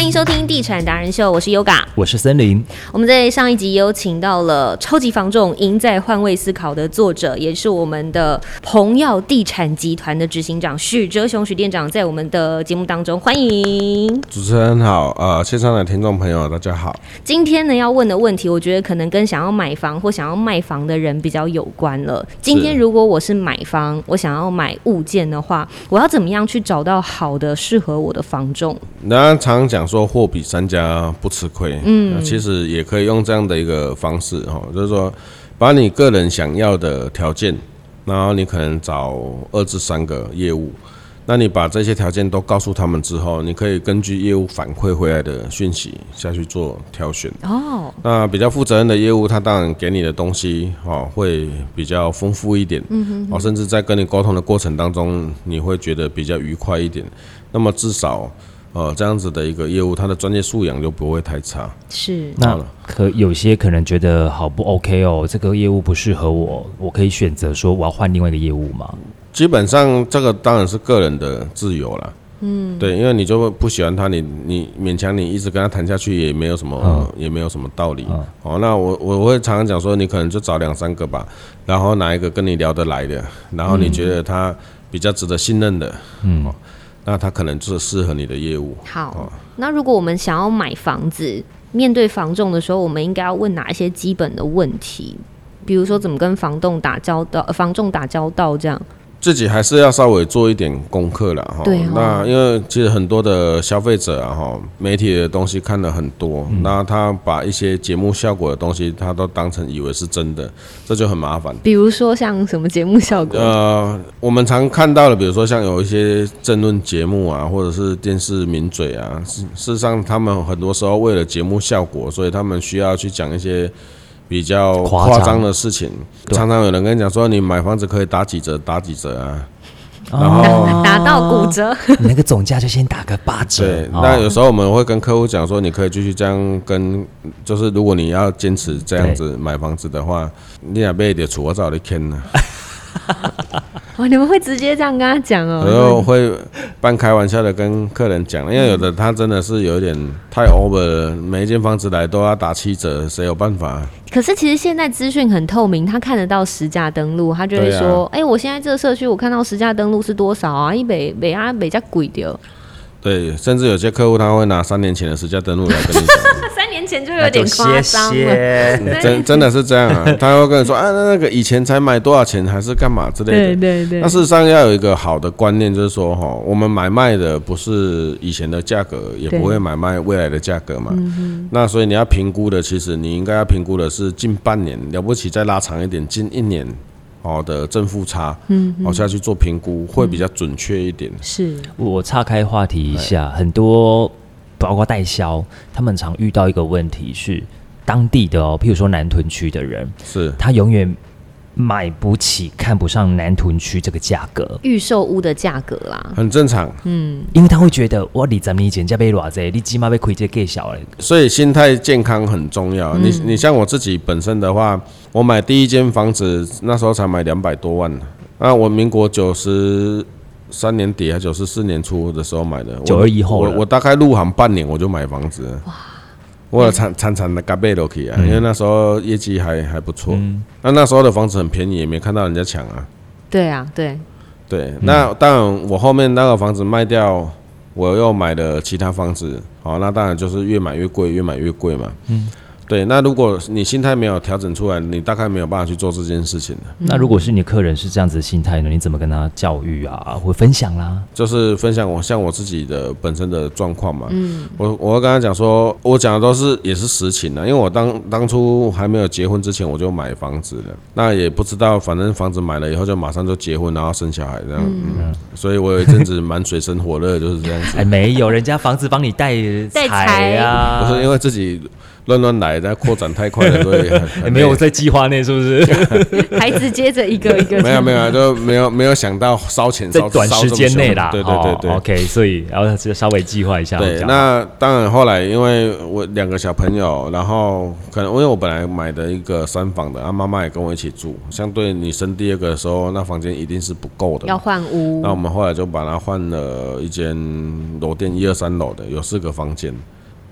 迎收听地产达人秀，我是 Yoga， 我是森林。 我们在上一集有请到了超级房仲赢在换位思考的作者，也是我们的鹏耀地产集团的执行长许哲雄许店长，在我们的节目当中欢迎。 主持人好，线上的听众朋友大家好。 今天呢要问的问题，我觉得可能跟想要买房或想要卖房的人比较有关了。今天如果我是买方，我想要买物件的话，我要怎么样去找到好的适合我的房仲？ 那常讲说货比三家不吃亏，其实也可以用这样的一个方式就是说把你个人想要的条件，然后你可能找2至3个业务，那你把这些条件都告诉他们之后，你可以根据业务反馈回来的讯息下去做挑选。那比较负责任的业务，他当然给你的东西会比较丰富一点，甚至在跟你沟通的过程当中，你会觉得比较愉快一点。那么至少这样子的一个业务，他的专业素养就不会太差。 是， 那有些可能觉得好不 OK 这个业务不适合我，我可以选择说我要换另外一个业务吗？ 基本上这个当然是个人的自由啦。对，因为你就不喜欢他，你勉强你一直跟他谈下去也没有什么，也没有什么道理。那我会常常讲说，你可能就找2、3个吧，然后哪一个跟你聊得来的，然后你觉得他比较值得信任的，那他可能就是适合你的业务。 好，那如果我们想要买房子，面对房仲的时候，我们应该要问哪一些基本的问题？比如说怎么跟房仲打交道这样。 自己还是要稍微做一点功课啦。 对那因为其实很多的消费者媒体的东西看了很多，那他把一些节目效果的东西，他都当成以为是真的，这就很麻烦。 比如说像什么节目效果？ 我们常看到的，比如说像有一些政论节目啊，或者是电视名嘴啊，事实上他们很多时候为了节目效果，所以他们需要去讲一些比较夸张的事情。常常有人跟你讲说，你买房子可以打几折啊，然后打到骨折， 你那个总价就先打个8折。 对，那有时候我们会跟客户讲说，你可以继续这样跟，就是如果你要坚持这样子买房子的话，你也买得出，我早就欠了。 哇，你们会直接这样跟他讲哦？ 然后会半开玩笑的跟客人讲，因为有的他真的是有一点太 over 了，每一间房子来都要打7折，谁有办法？ 可是其实现在资讯很透明，他看得到实价登录，他就会说，我现在这个社区我看到实价登录是多少啊？比较贵的。 对，甚至有些客户他会拿3年前的实价登录来跟你讲。 3年前就有点夸张了， 真的是这样啊！他会跟你说那个以前才买多少钱，还是干嘛之类的。对。那事实上要有一个好的观念，就是说我们买卖的不是以前的价格，也不会买卖未来的价格嘛。那所以你要评估的，其实你应该要评估的是近半年，了不起再拉长一点，近1年。的正负差，下去做评估会比较准确一点。 是， 我岔开话题一下，很多包括代销，他们常遇到一个问题是，当地的譬如说南屯区的人，是他永远买不起、看不上南屯区这个价格， 预售屋的价格啦， 很正常。 因为他会觉得我20年前才买多少，你起码要亏这个小了。 所以心态健康很重要。你像我自己本身的话，我买第一间房子那时候才买200多万，那我民国93年底还94年初的时候买的 ，921后了。 我大概入行半年我就买房子了。哇！我有惨的加倍都可以啊，因为那时候业绩还不错。那时候的房子很便宜，也没看到人家抢啊。 对啊，对。 那当然，我后面那个房子卖掉，我又买了其他房子。那当然就是越买越贵，越买越贵嘛。对，那如果你心态没有调整出来，你大概没有办法去做这件事情的。 那如果是你客人是这样子的心态呢？你怎么跟他教育啊，或分享啦？ 就是分享我自己的本身的状况嘛。我会跟他讲说，我讲的都是也是实情的，因为我当初还没有结婚之前我就买房子了，那也不知道，反正房子买了以后就马上就结婚，然后生小孩这样。所以我有一阵子蛮水深火热，就是这样子。 没有，人家房子帮你带财啊， 不是因为自己乱来，但扩展太快了，所以没有在计划内，是不是？ 孩子接着一个一个， 没有，就没有想到烧钱在短时间内啦。 对 ，OK， 所以然后就稍微计划一下。 对，那当然后来因为我2个小朋友，然后可能因为我本来买的一个3房的，妈妈也跟我一起住，相对你生第2个的时候，那房间一定是不够的， 要换屋。 那我们后来就把它换了一间楼店1、2、3楼的，有4个房间。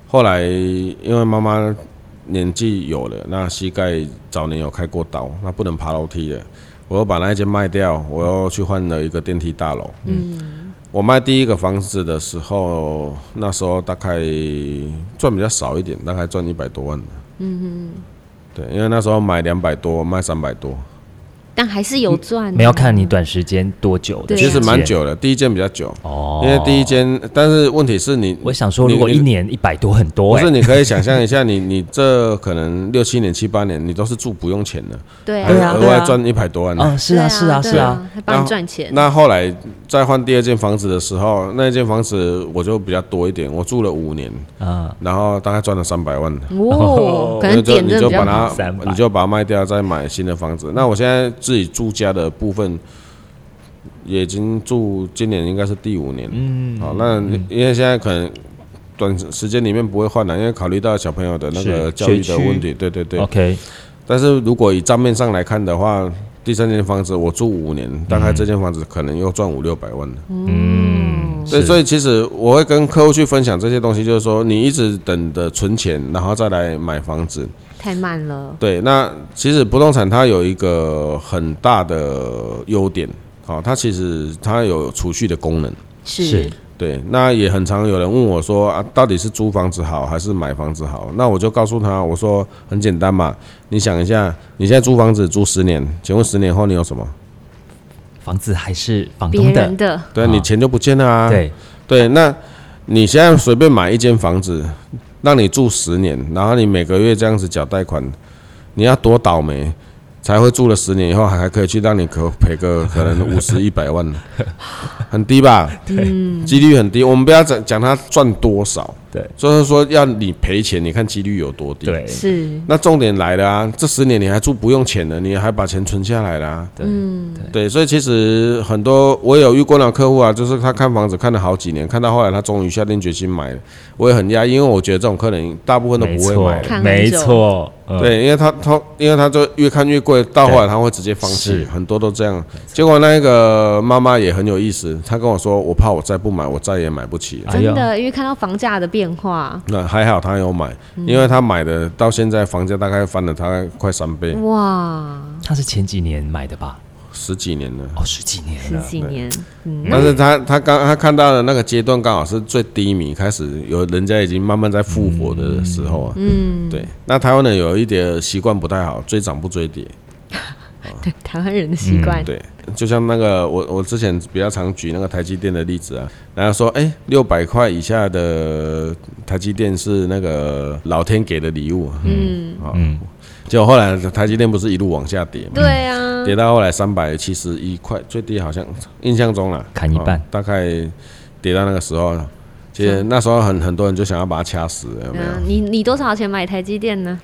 后来因为妈妈年纪有了，那膝盖早年有开过刀，那不能爬楼梯了，我又把那一间卖掉，我又去换了一个电梯大楼。我卖第一个房子的时候，那时候大概赚比较少一点，大概赚100多万。对，因为那时候买200多，卖300多。 但还是有赚， 没有看你短时间多久的， 其实蛮久的，第一间比较久哦，因为第一间，但是问题是我想说，如果一年100多很多， 不是，你可以想象一下，你这可能6、7年、7、8年，你都是住不用钱的， 对啊， 额外赚100多万， 是啊， 还帮你赚钱。 那后来再换第二间房子的时候，那间房子我就比较多一点，我住了5年，然后大概赚了300万， 可能点真的比较好， 你就把它卖掉，再买新的房子。那我现在自己住家的部分也已经住，今年应该是第5年。好，那因为现在可能短时间里面不会换了，因为考虑到小朋友的那个教育的问题。对。OK。但是如果以账面上来看的话，第3间房子我住5年，大概这间房子可能又赚500-600万了。对，所以其实我会跟客户去分享这些东西，就是说你一直等着存钱，然后再来买房子。 太慢了。对， 那其实不动产它有一个很大的优点，它其实它有储蓄的功能。 是。 对，那也很常有人问我说啊，到底是租房子好还是买房子好？那我就告诉他，我说很简单嘛，你想一下，你现在租房子租10年，请问10年后你有什么？ 房子还是房东的， 对，你钱就不见了啊。 对， 那你现在随便买一间房子，让你住10年，然后你每个月这样子缴贷款，你要多倒霉才会住了10年以后还可以去让你赔个可能50-100万，很低吧？几率很低。我们不要讲他赚多少，对，就是说要你赔钱，你看几率有多低。 对， 是。 那重点来了啊，这10年你还住不用钱了，你还把钱存下来了啊。对，所以其实很多我也有遇过那客户啊，就是他看房子看了好几年，看到后来他终于下定决心买了，我也很讶异，因为我觉得这种客人大部分都不会买。 没错。 对，因为他就越看越贵，到后来他会直接放弃，很多都这样。结果那个妈妈也很有意思，她跟我说：“我怕我再不买，我再也买不起。” 真的，因为看到房价的变化。 那还好她有买，因为她买的到现在房价大概翻了大概快3倍。 哇！ 她是前几年买的吧 ？10几年了。 哦，10几年了。 10几年。 但是他看到的那个阶段刚好是最低迷，开始有人家已经慢慢在复活的时候啊。对。那台湾人有一点习惯不太好，追涨不追跌。 对，台湾人的习惯。 对，就像那个我之前比较常举那个台积电的例子啊，然后说600块以下的台积电是那个老天给的礼物。结果后来台积电不是一路往下跌吗？ 对啊， 跌到后来371块，最低好像印象中啦， 砍一半， 大概跌到那个时候，其实那时候很多人就想要把它掐死，有没有？ 你多少钱买台积电呢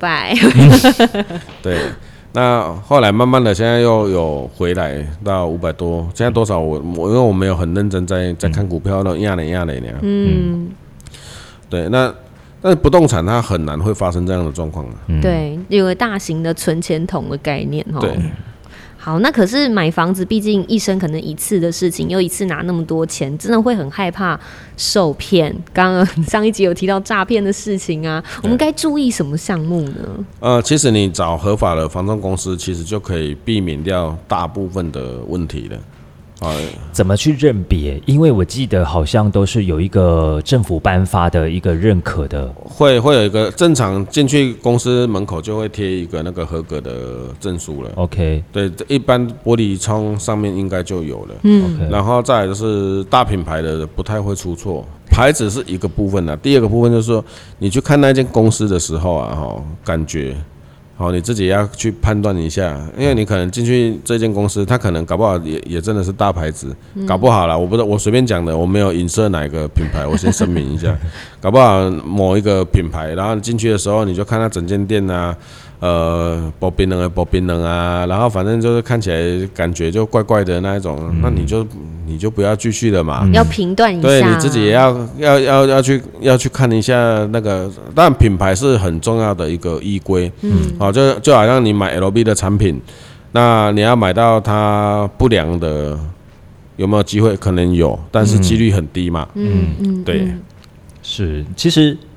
？600。 对，那后来慢慢的现在又有回来到500多，现在多少我因为我没有很认真在看股票，那压雷那样。对，但是不动产它很难会发生这样的状况啊。 对，有个大型的存钱筒的概念哦。 对。 好，那可是买房子，毕竟一生可能一次的事情，又一次拿那么多钱，真的会很害怕受骗。刚刚上一集有提到诈骗的事情啊，我们该注意什么项目呢？ 其实你找合法的房仲公司，其实就可以避免掉大部分的问题了。 怎么去认别？因为我记得好像都是有一个政府颁发的一个认可的， 会有一个正常进去公司门口就会贴一个那个合格的证书了。 OK， 对，一般玻璃窗上面应该就有了。然后再来就是大品牌的不太会出错，牌子是一个部分啊。第二个部分就是说，你去看那间公司的时候啊，感觉。你自己要去判断一下，因为你可能进去这间公司，它可能搞不好也真的是大牌子，搞不好啦，我不知道，我随便讲的，我没有影射哪一个品牌，我先声明一下，搞不好某一个品牌，然后进去的时候你就看它整间店啊，薄冰冷啊，然后反正就是看起来感觉就怪怪的那一种，那你就不要继续了嘛， 要评断一下， 对，你自己也要去看一下那个，当然品牌是很重要的一个依归，就好像你买 LV 的产品，那你要买到它不良的，有没有机会？可能有，但是几率很低嘛。对， 是，其实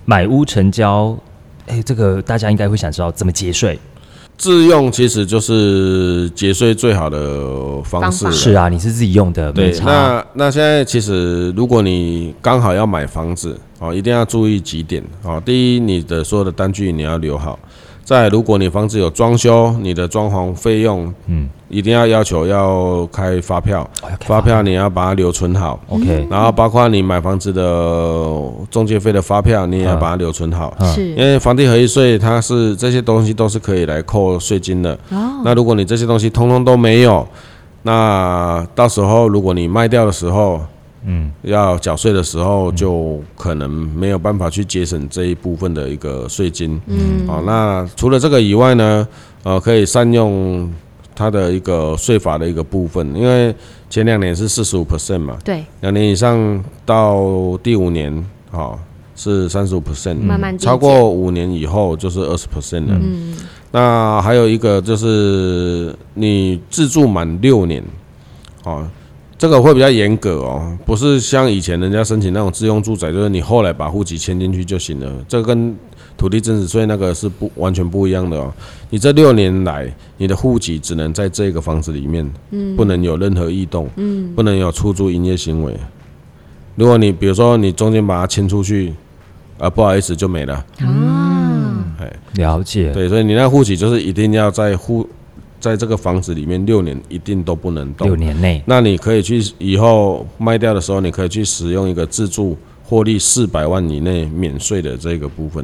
买屋成交，这个大家应该会想知道怎么节税。 自用其实就是节税最好的方式。 是啊，你是自己用的， 对。那现在其实如果你刚好要买房子一定要注意几点第一，你的所有的单据你要留好。再来，如果你房子有装修，你的装潢费用，一定要求要开发票，发票你要把它留存好 ，OK。 然后包括你买房子的中介费的发票，你也要把它留存好， 是， 因为房地合一税它是这些东西都是可以来扣税金的。那如果你这些东西通通都没有，那到时候如果你卖掉的时候，要缴税的时候，就可能没有办法去节省这一部分的一个税金。那除了这个以外呢，可以善用它的一个税法的一个部分，因为前2年是45% 嘛， 对 ，2年以上到第5年，是35%， 慢慢超过5年以后就是20% 了。那还有一个就是你自住满6年，这个会比较严格不是像以前人家申请那种自用住宅，就是你后来把户籍迁进去就行了。这个跟土地增值税那个是完全不一样的你这6年来，你的户籍只能在这个房子里面，不能有任何异动，不能有出租营业行为。如果你比如说你中间把它迁出去，不好意思就没了。 了解。 对，所以你那户籍就是一定要在这个房子里面6年一定都不能动。6 年内， 那你可以去以后卖掉的时候，你可以去使用一个自住获利400万以内免税的这个部分。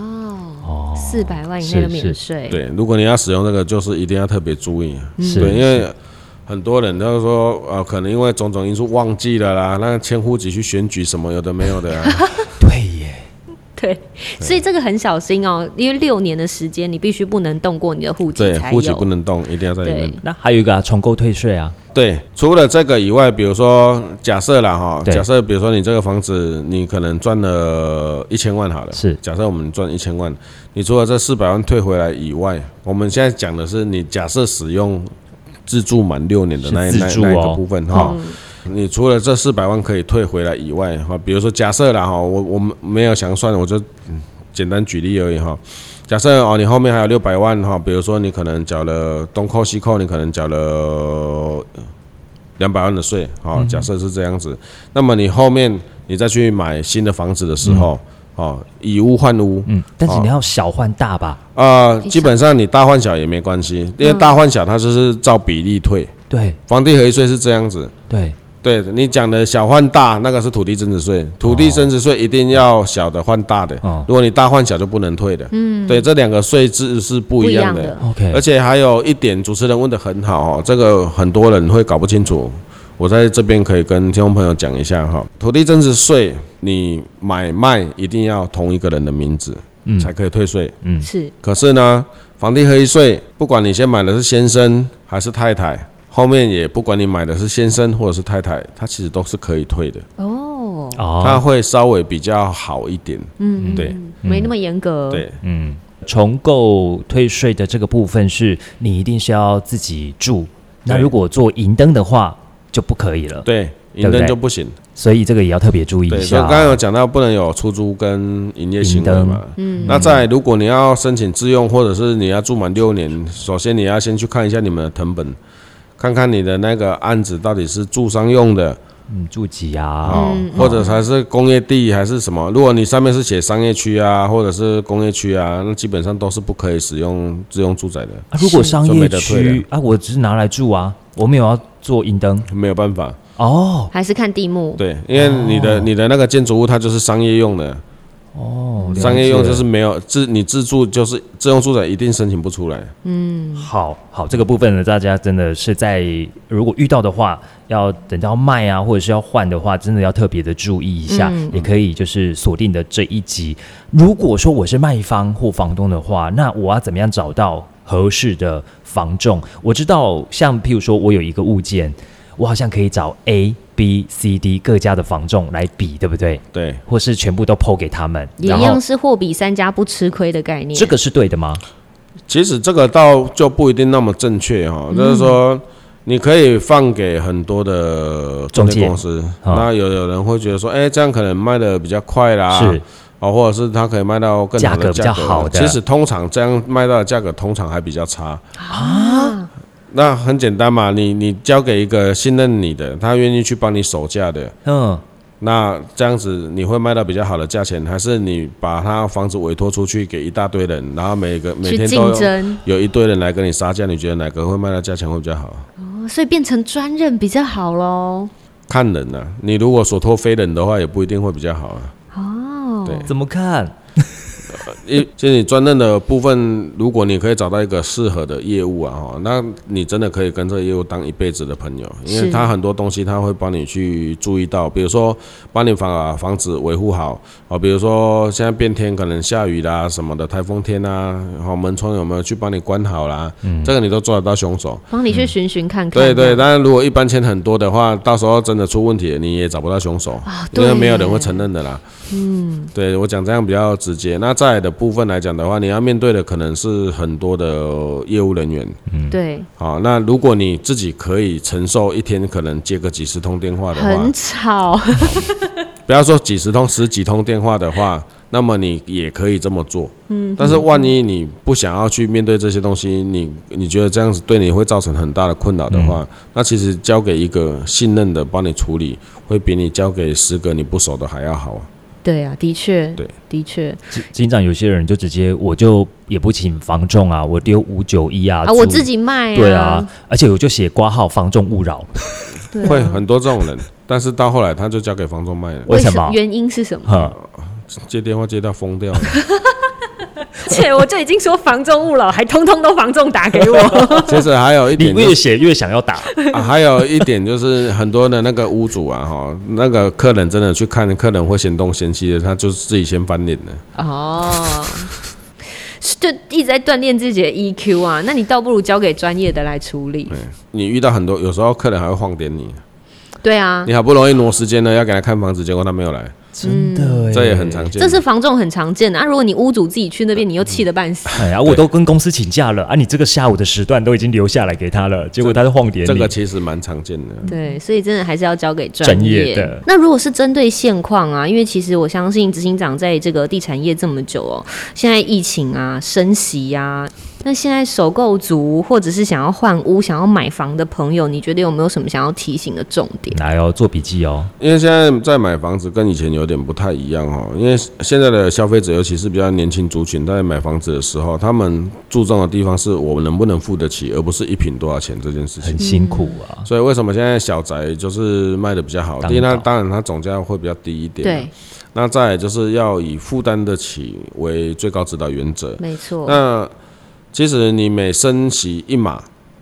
400万以内的免税。 对，如果你要使用这个，就是一定要特别注意。对，因为很多人都说可能因为种种因素忘记了啦，那迁户籍去选举什么有的没有的对耶。 对，所以这个很小心因为6年的时间，你必须不能动过你的户籍才有。 对，户籍不能动，一定要在里面。 那还有一个重购退税啊。 对，除了这个以外，比如说假设啦假设比如说你这个房子你可能赚了1000万好了， 是， 假设我们赚1000万，你除了这400万退回来以外，我们现在讲的是你假设使用自住满6年的那一个部分你除了这400万可以退回来以外比如说假设啦我们没有详算，我就简单举例而已假设你后面还有600万比如说你可能缴了东扣西扣，你可能缴了200万的税假设是这样子，那么你后面你再去买新的房子的时候以屋换屋， 但是你要小换大吧？ 基本上你大换小也没关系，因为大换小它就是照比例退。 对， 房地合一税是这样子。对，你讲的小换大那个是土地增值税，土地增值税一定要小的换大的，如果你大换小就不能退的。对，这2个税制是不一样的。 OK， 而且还有一点，主持人问得很好这个很多人会搞不清楚。我在这边可以跟听众朋友讲一下土地增值税你买卖一定要同一个人的名字才可以退税。 是。 可是呢，房地合一税不管你先买的是先生还是太太，后面也不管你买的是先生或者是太太，它其实都是可以退的。它会稍微比较好一点。对， 没那么严格。 对， 重购退税的这个部分是你一定是要自己住，那如果做银灯的话就不可以了。 对，银灯就不行， 所以这个也要特别注意一下。 对，所以刚刚有讲到不能有出租跟营业行为嘛。那再来如果你要申请自用，或者是你要住满6年，首先你要先去看一下你们的誊本，看看你的那个案子到底是住商用的。 住几啊？ 或者还是工业地还是什么？如果你上面是写商业区啊，或者是工业区啊，那基本上都是不可以使用自用住宅的。 如果商业区我只是拿来住啊，我没有要做银灯， 没有办法还是看地目。 对，因为你的那个建筑物它就是商业用的。商业用就是没有你自住就是自用住宅一定申请不出来。 好，这个部分呢，大家真的是在如果遇到的话，要等到卖啊，或者是要换的话，真的要特别的注意一下。也可以就是锁定的这一集。如果说我是卖方或房东的话，那我要怎么样找到合适的房仲？我知道，像譬如说我有一个物件，我好像可以找 A、B、C、D 各家的房仲来比，对不对？ 对， 或是全部都抛给他们， 也一样是货比三家不吃亏的概念。 这个是对的吗？ 其实这个倒就不一定那么正确就是说你可以放给很多的中介公司，那有人会觉得说，这样可能卖的比较快啦， 或者是它可以卖到更好的价格比较好的。 其实通常这样卖到的价格通常还比较差啊。那很简单嘛，你交给一个信任你的，他愿意去帮你守价的，那这样子你会卖到比较好的价钱，还是你把他房子委托出去给一大堆人，然后每天都有一堆人来跟你杀价，你觉得哪个会卖到价钱会比较好？ 所以变成专任比较好咯。 看人啊，你如果所托非人的话，也不一定会比较好啊。对， 怎么看？ 其实你专任的部分，如果你可以找到一个适合的业务那你真的可以跟这个业务当一辈子的朋友，因为他很多东西他会帮你去注意到，比如说帮你把房子维护好比如说现在变天可能下雨啦什么的，台风天啊，门窗有没有去帮你关好啦，这个你都抓得到凶手， 帮你去寻寻看看。 对对，当然如果一般签很多的话，到时候真的出问题你也找不到凶手因为没有人会承认的啦。对，我讲这样比较直接。那再来的部分来讲的话，你要面对的可能是很多的业务人员。 对。 好，那如果你自己可以承受一天可能接个几十通电话的话， 很吵。 不要说几十通，10几通电话的话，那么你也可以这么做。但是万一你不想要去面对这些东西，你觉得这样子对你会造成很大的困扰的话，那其实交给一个信任的帮你处理，会比你交给10个你不熟的还要好。 对啊，的确， 对， 的确。 经常有些人就直接我就也不请房仲啊，我丢591啊， 我自己卖啊。 对啊，而且我就写挂号房仲勿扰。 会很多这种人，但是到后来他就交给房仲卖了。 为什么？ 原因是什么？ 接电话接到疯掉了。 且我就已经说房仲勿扰，还通通都房仲打给我。 其实还有一点、 你越写越想要打还有一点就是很多的那个屋主那个客人真的去看，客人会嫌东嫌西的，他就是自己先翻脸了。 就一直在锻炼自己的 EQ 啊，那你倒不如交给专业的来处理。 你遇到很多，有时候客人还会晃点你。 对啊， 你好不容易挪时间呢，要给他看房子，结果他没有来。 真的这也很常见， 这是房仲很常见的。如果你屋主自己去那边，你又气得半死。 我都跟公司请假了你这个下午的时段都已经留下来给他了，结果他就晃点你。 这个其实蛮常见的。 对，所以真的还是要交给专业的。 那如果是针对现况因为其实我相信执行长在这个地产业这么久现在疫情升息那现在首购族或者是想要换屋、想要买房的朋友，你觉得有没有什么想要提醒的重点？ 来做笔记因为现在在买房子跟以前有点不太一样因为现在的消费者，尤其是比较年轻族群，在买房子的时候，他们注重的地方是我能不能付得起，而不是一坪多少钱这件事情。 很辛苦所以为什么现在小宅就是卖的比较好？第一，当然它总价会比较低一点。 对。 那再来就是要以负担得起为最高指导原则。 没错。 那其实你每升息一码，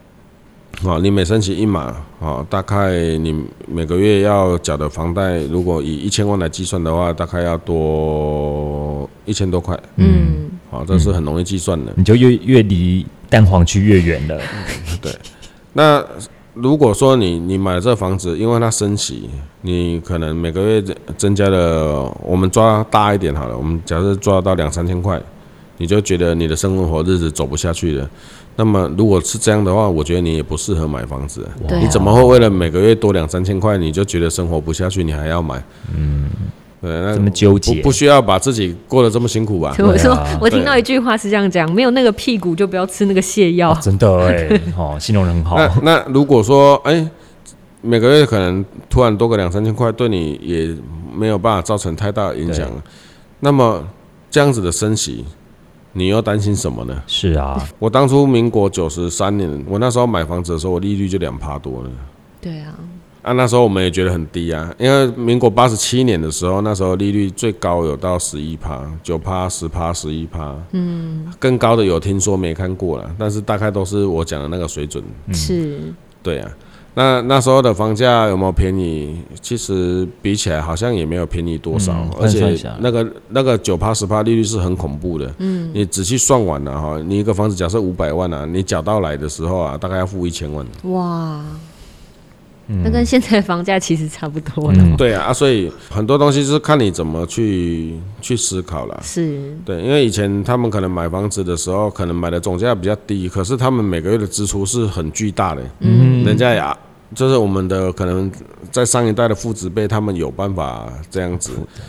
大概你每个月要缴的房贷，如果以1000万来计算的话，大概要多1000多块。这是很容易计算的。 你就越离蛋黄区越远了。 对。那如果说你买了这房子，因为它升息，你可能每个月增加了，我们抓大一点好了，我们假设抓到2-3千块。你就觉得你的生活日子走不下去了，那么如果是这样的话，我觉得你也不适合买房子。你怎么会为了每个月多2-3千块，你就觉得生活不下去，你还要买？对，那这么纠结， 不需要把自己过得这么辛苦吧？ 我说，我听到一句话是这样讲：没有那个屁股就不要吃那个泻药。 真的形容得很好。 那如果说每个月可能突然多个2-3千块，对你也没有办法造成太大的影响，那么这样子的升息，你又担心什么呢？ 是啊， 我当初民国93年，我那时候买房子的时候，我利率就2%多了。 对啊。 那时候我们也觉得很低因为民国87年的时候，那时候利率最高有到11%、9%、10%、11%，更高的有听说没看过啦，但是大概都是我讲的那个水准。 是， 对啊。那时候的房价有没有便宜？其实比起来好像也没有便宜多少，而且那个9%、10%利率是很恐怖的。你仔细算完了你一个房子假设500万你缴到来的时候大概要付1000万。 哇！那跟现在的房价其实差不多了。 对啊，所以很多东西是看你怎么去思考啦。 是， 对，因为以前他们可能买房子的时候，可能买的总价比较低，可是他们每个月的支出是很巨大的。人家也就是我们的可能在上一代的父子辈，他们有办法这样子。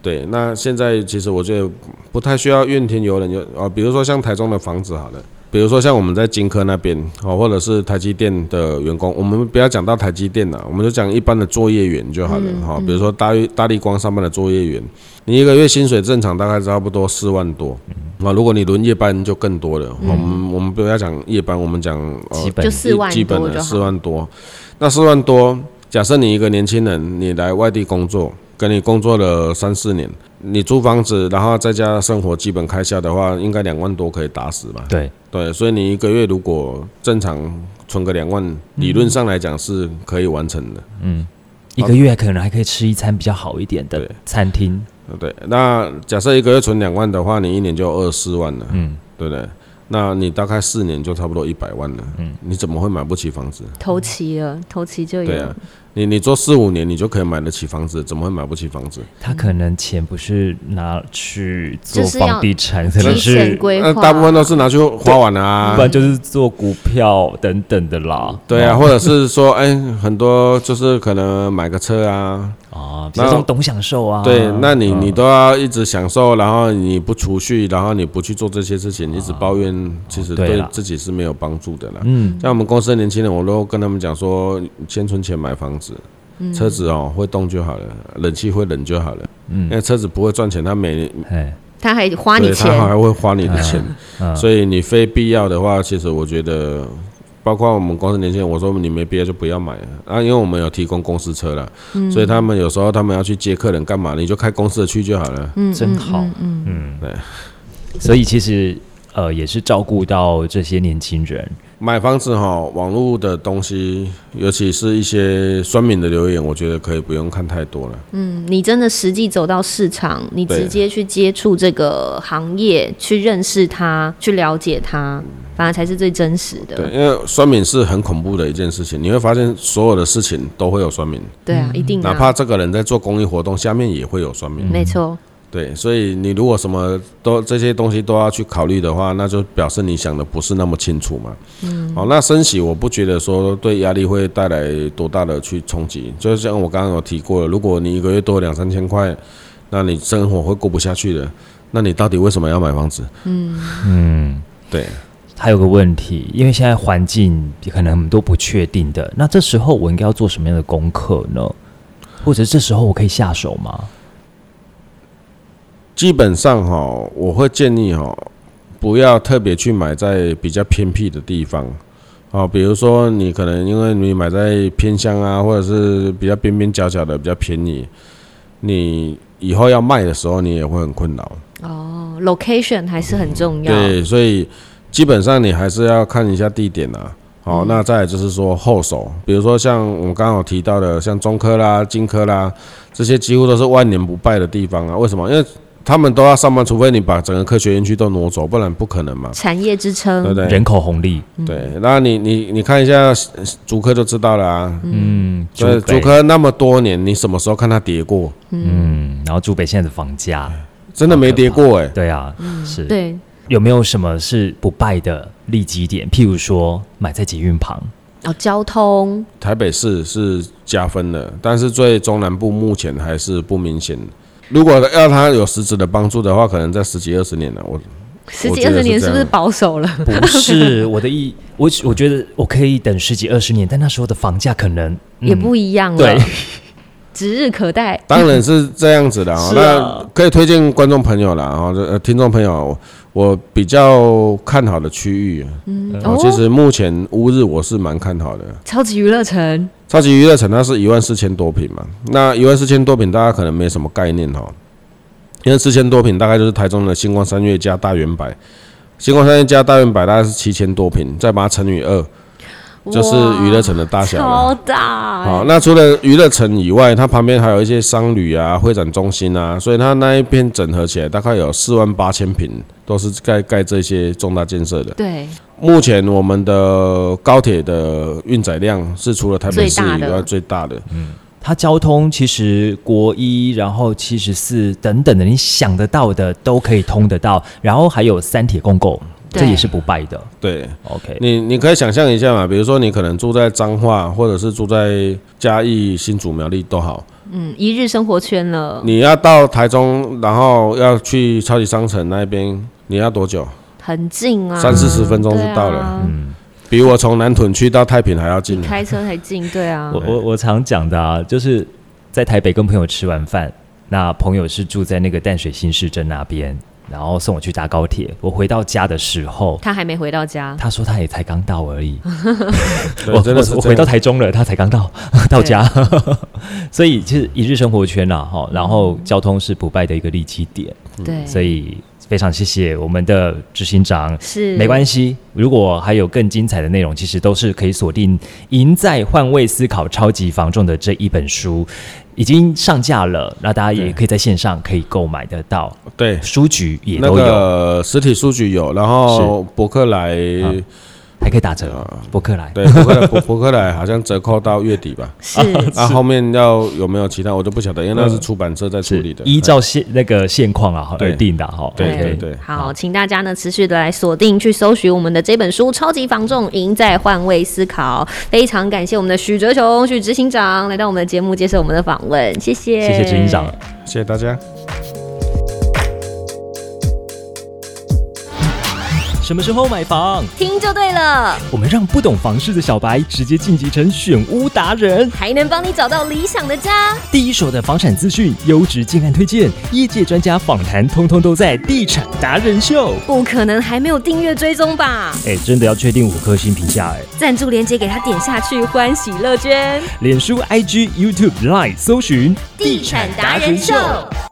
对，那现在其实我觉得不太需要怨天尤人，比如说像台中的房子好了，比如说像我们在金科那边或者是台积电的员工，我们不要讲到台积电了，我们就讲一般的作业员就好了比如说大立光上班的作业员，你一个月薪水正常大概差不多4万多如果你轮夜班就更多了我们不要讲夜班，我们讲就4万多基本的4万多。那4万多，假设你一个年轻人，你来外地工作，跟你工作了3-4年，你租房子，然后再加生活基本开销的话，应该2万多可以打死吧？对，所以你一个月如果正常存个2万，理论上来讲是可以完成的。 一个月可能还可以吃一餐比较好一点的餐厅。 对，那假设一个月存2万的话，你一年就24万了。对不对？那你大概4年就差不多100万了。你怎么会买不起房子？ 头期就有。 对啊，你做4-5年，你就可以买得起房子，怎么会买不起房子？ 他可能钱不是拿去做房地产，可能是大部分都是拿去花完啊， 不然就是做股票等等的啦。 对啊，或者是说，很多就是可能买个车啊。 这种懂享受啊。 对，那你都要一直享受，然后你不储蓄，然后你不去做这些事情，一直抱怨，其实对自己是没有帮助的啦。像我们公司的年轻人，我都跟他们讲说，先存钱买房子，车子会动就好了，冷气会冷就好了。因为车子不会赚钱， 他还花你钱， 他还会花你的钱，所以你非必要的话，其实我觉得。包括我们公司年轻人，我说你没必要就不要买因为我们有提供公司车啦，所以他们有时候他们要去接客人干嘛，你就开公司的去就好了。 真好。对。所以其实也是照顾到这些年轻人。 买房子网络的东西，尤其是一些酸民的留言，我觉得可以不用看太多了。 你真的实际走到市场，你直接去接触这个行业，去认识它，去了解它，反而才是最真实的。 对，因为酸民是很恐怖的一件事情，你会发现所有的事情都会有酸民。 对啊，一定啊。 哪怕这个人在做公益活动，下面也会有酸民。 没错。 对，所以你如果什么这些东西都要去考虑的话，那就表示你想的不是那么清楚嘛。那升息我不觉得说对压力会带来多大的去冲击，就像我刚刚有提过了，如果你一个月多2-3千块，那你生活会过不下去的，那你到底为什么要买房子？对。 还有个问题，因为现在环境可能很多不确定的，那这时候我应该要做什么样的功课呢？或者这时候我可以下手吗？ 基本上我会建议不要特别去买在比较偏僻的地方比如说你可能因为你买在偏乡啊，或者是比较边边角角的比较便宜，你以后要卖的时候你也会很困扰。 location 还是很重要。 对，所以基本上你还是要看一下地点啊。那再来就是说后手，比如说像我们刚刚有提到的，像中科啦、金科啦，这些几乎都是万年不败的地方啊。为什么？因为他们都要上班，除非你把整个科学园区都挪走，不然不可能嘛。 产业支撑， 对不对？ 人口红利， 对。那你看一下竹科就知道了啊。对，竹科那么多年，你什么时候看它跌过？ 然后竹北现在的房价真的没跌过对啊，是。 对。 有没有什么是不败的利基点？譬如说买在捷运旁。 交通。台北市是加分的，但是最中南部目前还是不明显。如果要它有实质的帮助的话，可能在10几20年了。 10几20年是不是保守了？ 不是，我觉得我可以等10几20年，但那时候的房价可能也不一样了。 对， 指日可待。 当然是这样子的那可以推荐观众朋友啦，听众朋友，我比较看好的区域，其实目前乌日我是蛮看好的。 超级娱乐城， 它是14000多坪嘛，那14000多坪大家可能没什么概念因为4000多坪大概就是台中的星光三月加大圆柏，星光三月加大圆柏大概是7000多坪，再把它乘以2。就是娱乐城的大小了， 超大。 好，那除了娱乐城以外，它旁边还有一些商旅啊、会展中心啊，所以它那一边整合起来大概有48000坪，都是盖这些重大建设的。 对， 目前我们的高铁的运载量是除了台北市以外最大的。 它交通其实国1，然后74等等的，你想得到的都可以通得到，然后还有3铁共构。 这也是不败的。 对 ，OK， 你可以想象一下嘛，比如说你可能住在彰化，或者是住在嘉义、新竹、苗栗都好， 一日生活圈了。 你要到台中，然后要去超级商城那边，你要多久？ 很近啊 ，30-40分钟就到了。比我从南屯区到太平还要近， 开车才近。对啊， 我常讲的啊，就是在台北跟朋友吃完饭，那朋友是住在那个淡水新市镇那边，然后送我去搭高铁。我回到家的时候， 他还没回到家， 他说他也才刚到而已。 我回到台中了，他才刚到家。所以其实一日生活圈啊，然后交通是不败的一个利基点。 对， 所以非常谢谢我们的执行长。 是， 没关系，如果还有更精彩的内容，其实都是可以锁定《赢在换位思考超级防重》的这一本书。已经上架了，那大家也可以在线上可以购买得到。 对， 书局也都有， 那个实体书局有，然后博客来还可以打折。博客来， 对，博客来好像折扣到月底吧。 是， 那后面有没有其他我就不晓得，因为那是出版社在处理的， 依照现况啊而定的哈。 对。 好，请大家呢持续的来锁定去搜寻我们的这本书《超级防重，赢在换位思考》。非常感谢我们的许哲雄许执行长来到我们的节目接受我们的访问，谢谢执行长， 谢谢大家。 什么时候买房？ 听就对了。 我们让不懂房事的小白直接晋级成选屋达人， 还能帮你找到理想的家。 第一手的房产资讯、优质建案推荐、业界专家访谈，通通都在地产达人秀。 不可能还没有订阅追踪吧？ 真的要确定5颗星评价赞助连结给他点下去，欢喜乐捐。 脸书、IG、YouTube、Line 搜寻地产达人秀。